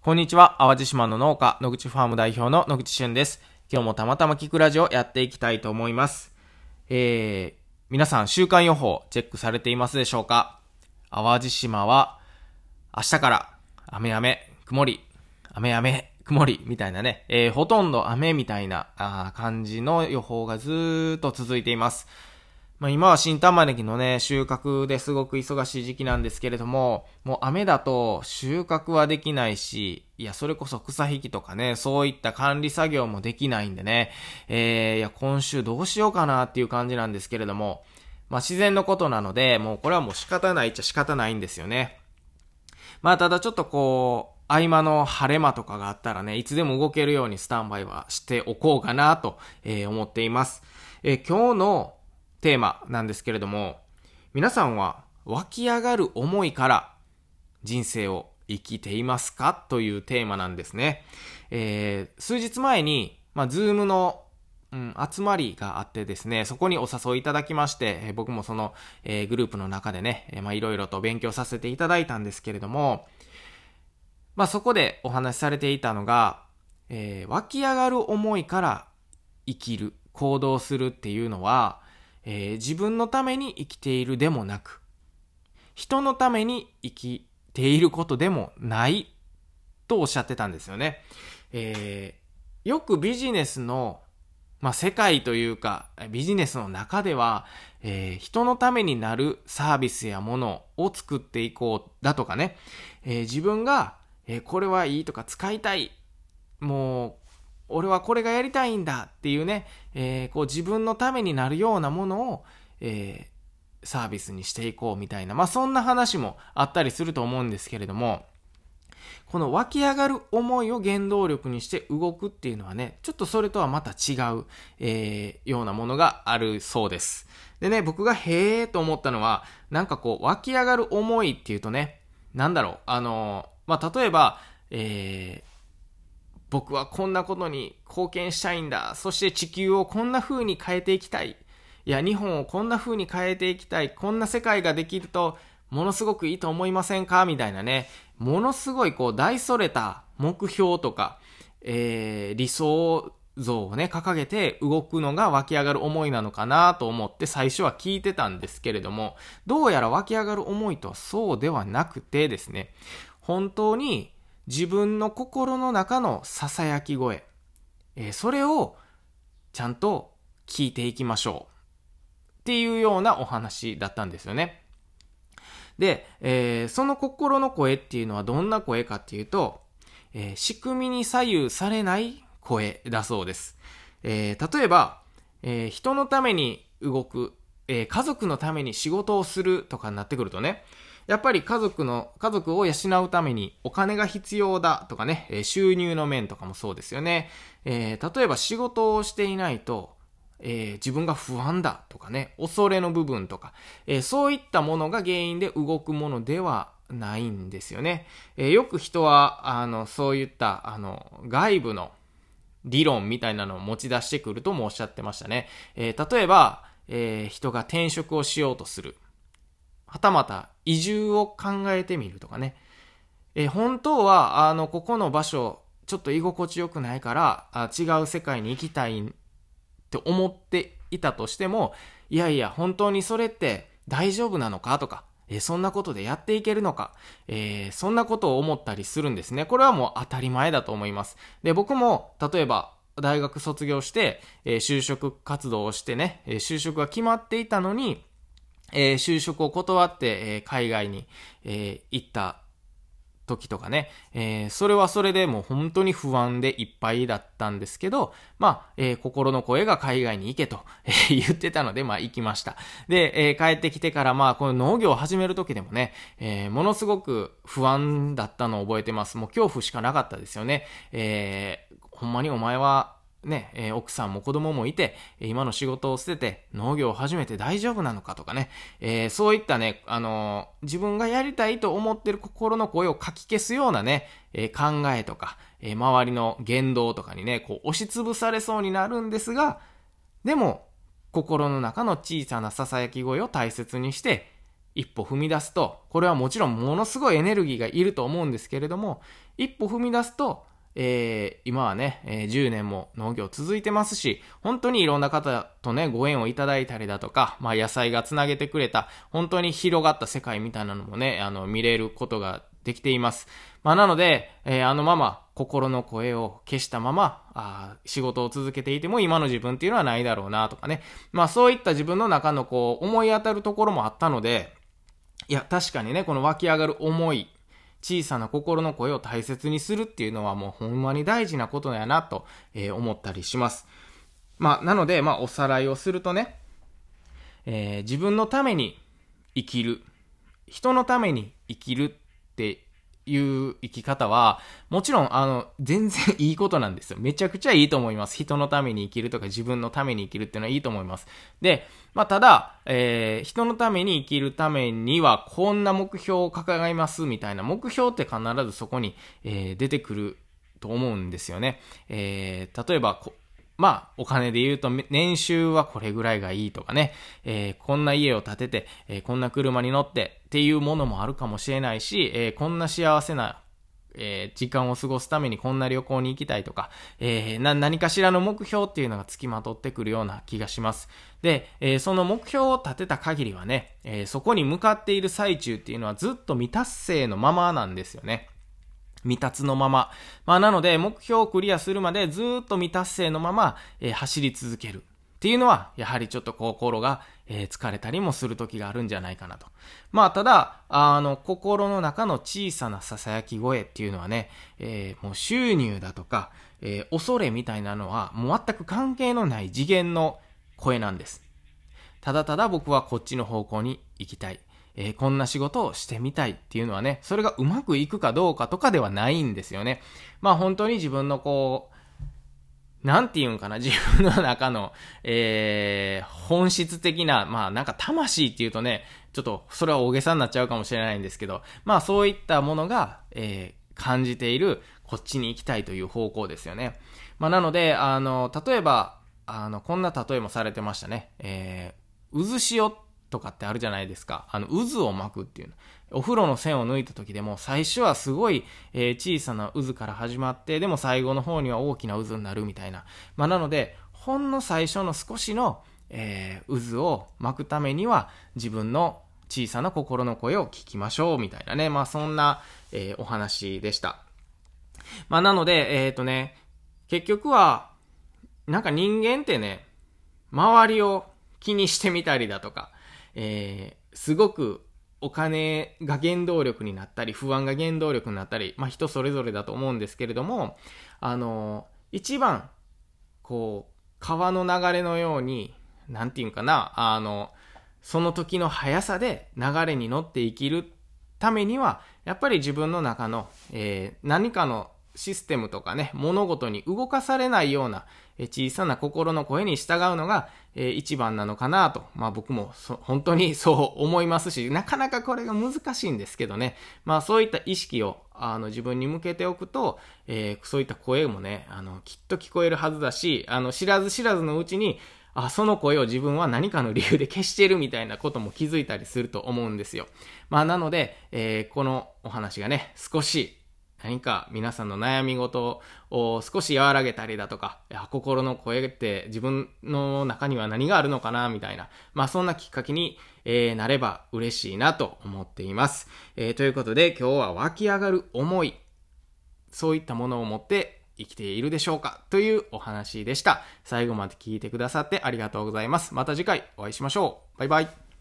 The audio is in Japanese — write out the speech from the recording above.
こんにちは。淡路島の農家、野口ファーム代表の野口俊です。今日もたまたま聞くラジオやっていきたいと思います。皆さん週間予報チェックされていますでしょうか？淡路島は明日から雨雨、曇り、雨雨、曇りみたいなね、ほとんど雨みたいな感じの予報がずーっと続いています。今は新玉ねぎのね、収穫ですごく忙しい時期なんですけれども、もう雨だと収穫はできないし、それこそ草引きとかね、そういった管理作業もできないんでね、今週どうしようかなっていう感じなんですけれども、自然のことなので、もうこれはもう仕方ないっちゃ仕方ないんですよね。ただちょっと合間の晴れ間とかがあったらね、いつでも動けるようにスタンバイはしておこうかなと、思っています。今日のテーマなんですけれども、皆さんは湧き上がる思いから人生を生きていますかというテーマなんですね。数日前に、ズームの、集まりがあってですね、そこにお誘いいただきまして、僕もその、グループの中でね、いろいろと勉強させていただいたんですけれども、そこでお話しされていたのが、湧き上がる思いから生きる、行動するっていうのは、自分のために生きているでもなく、人のために生きていることでもないとおっしゃってたんですよね。よくビジネスの、世界というかビジネスの中では、人のためになるサービスやものを作っていこうだとかね、自分が、これはいいとか使いたい、もう俺はこれがやりたいんだっていうね、自分のためになるようなものを、サービスにしていこうみたいな、そんな話もあったりすると思うんですけれども、この湧き上がる思いを原動力にして動くっていうのはね、ちょっとそれとはまた違う、ようなものがあるそうです。でね、僕がへーと思ったのは、湧き上がる思いっていうとね、例えば、僕はこんなことに貢献したいんだ。そして地球をこんな風に変えていきたい。日本をこんな風に変えていきたい。こんな世界ができると、ものすごくいいと思いませんかみたいなね。ものすごい大それた目標とか、理想像をね、掲げて動くのが湧き上がる思いなのかなと思って最初は聞いてたんですけれども、どうやら湧き上がる思いとはそうではなくてですね、本当に自分の心の中の囁き声、それをちゃんと聞いていきましょうっていうようなお話だったんですよね。で、その心の声っていうのはどんな声かっていうと、仕組みに左右されない声だそうです。例えば、人のために動く、家族のために仕事をするとかになってくるとね、やっぱり家族を養うためにお金が必要だとかね、収入の面とかもそうですよね。例えば仕事をしていないと、自分が不安だとかね、恐れの部分とか、そういったものが原因で動くものではないんですよね。よく人は、そういった、外部の理論みたいなのを持ち出してくるともおっしゃってましたね。例えば、人が転職をしようとする。はたまた移住を考えてみるとかね。本当は、ここの場所、ちょっと居心地よくないから、違う世界に行きたいって思っていたとしても、本当にそれって大丈夫なのかとか、そんなことでやっていけるのか、そんなことを思ったりするんですね。これはもう当たり前だと思います。で、僕も、例えば、大学卒業して、就職活動をしてね、就職が決まっていたのに、就職を断って、海外に、行った時とかね、それはそれでもう本当に不安でいっぱいだったんですけど、心の声が海外に行けと、言ってたので、行きました。で、帰ってきてから、この農業を始める時でもね、ものすごく不安だったのを覚えてます。もう恐怖しかなかったですよね。ほんまにお前は、ね、奥さんも子供もいて、今の仕事を捨てて農業を始めて大丈夫なのかとかね、そういったね、自分がやりたいと思ってる心の声をかき消すようなね、考えとか、周りの言動とかにね、押しつぶされそうになるんですが、でも、心の中の小さな囁き声を大切にして、 一歩踏み出すと、これはもちろんものすごいエネルギーがいると思うんですけれども、一歩踏み出すと、今はね、10年も農業続いてますし、本当にいろんな方とね、ご縁をいただいたりだとか、野菜がつなげてくれた、本当に広がった世界みたいなのもね、見れることができています。なので、あのまま心の声を消したまま、仕事を続けていても今の自分っていうのはないだろうなとかね。そういった自分の中の思い当たるところもあったので、いや、確かにね、この湧き上がる思い、小さな心の声を大切にするっていうのはもうほんまに大事なことやなと、思ったりします。なので、おさらいをするとね、自分のために生きる、人のために生きるっていう生き方は、もちろん、全然いいことなんですよ。めちゃくちゃいいと思います。人のために生きるとか自分のために生きるっていうのはいいと思います。で、ただ、人のために生きるためには、こんな目標を掲げますみたいな目標って必ずそこに、出てくると思うんですよね。例えば、お金で言うと、年収はこれぐらいがいいとかね、こんな家を建てて、こんな車に乗ってっていうものもあるかもしれないし、こんな幸せな、時間を過ごすためにこんな旅行に行きたいとか、何かしらの目標っていうのが付きまとってくるような気がします。で、その目標を立てた限りはね、そこに向かっている最中っていうのはずっと未達成のままなんですよね。未達のまま。なので、目標をクリアするまでずっと未達成のまま、走り続ける。っていうのは、やはりちょっと心が、疲れたりもする時があるんじゃないかなと。ただ、心の中の小さな囁き声っていうのはね、もう収入だとか、恐れみたいなのは、もう全く関係のない次元の声なんです。ただただ僕はこっちの方向に行きたい。こんな仕事をしてみたいっていうのはね、それがうまくいくかどうかとかではないんですよね。本当に自分のなんていうんかな、自分の中の、本質的な、なんか魂っていうとね、ちょっとそれは大げさになっちゃうかもしれないんですけど、そういったものが、感じているこっちに行きたいという方向ですよね。なので、例えば、こんな例えもされてましたね。渦潮とかってあるじゃないですか。渦を巻くっていうの。お風呂の線を抜いた時でも、最初はすごい、小さな渦から始まって、でも最後の方には大きな渦になるみたいな。なので、ほんの最初の少しの、渦を巻くためには、自分の小さな心の声を聞きましょうみたいなね。そんな、お話でした。なので、結局は、なんか人間ってね、周りを気にしてみたりだとか、すごくお金が原動力になったり、不安が原動力になったり、人それぞれだと思うんですけれども、一番、川の流れのように、なんていうんかな、その時の速さで流れに乗って生きるためには、やっぱり自分の中の、何かのシステムとかね、物事に動かされないような小さな心の声に従うのが一番なのかなと。僕も本当にそう思いますし、なかなかこれが難しいんですけどね。そういった意識を自分に向けておくと、そういった声もね、きっと聞こえるはずだし、知らず知らずのうちに、その声を自分は何かの理由で消しているみたいなことも気づいたりすると思うんですよ。なので、このお話がね、少し何か皆さんの悩み事を少し和らげたりだとか、心の声って自分の中には何があるのかなみたいな、そんなきっかけに、なれば嬉しいなと思っています。ということで今日は湧き上がる思い、そういったものを持って生きているでしょうかというお話でした。最後まで聞いてくださってありがとうございます。また次回お会いしましょう。バイバイ。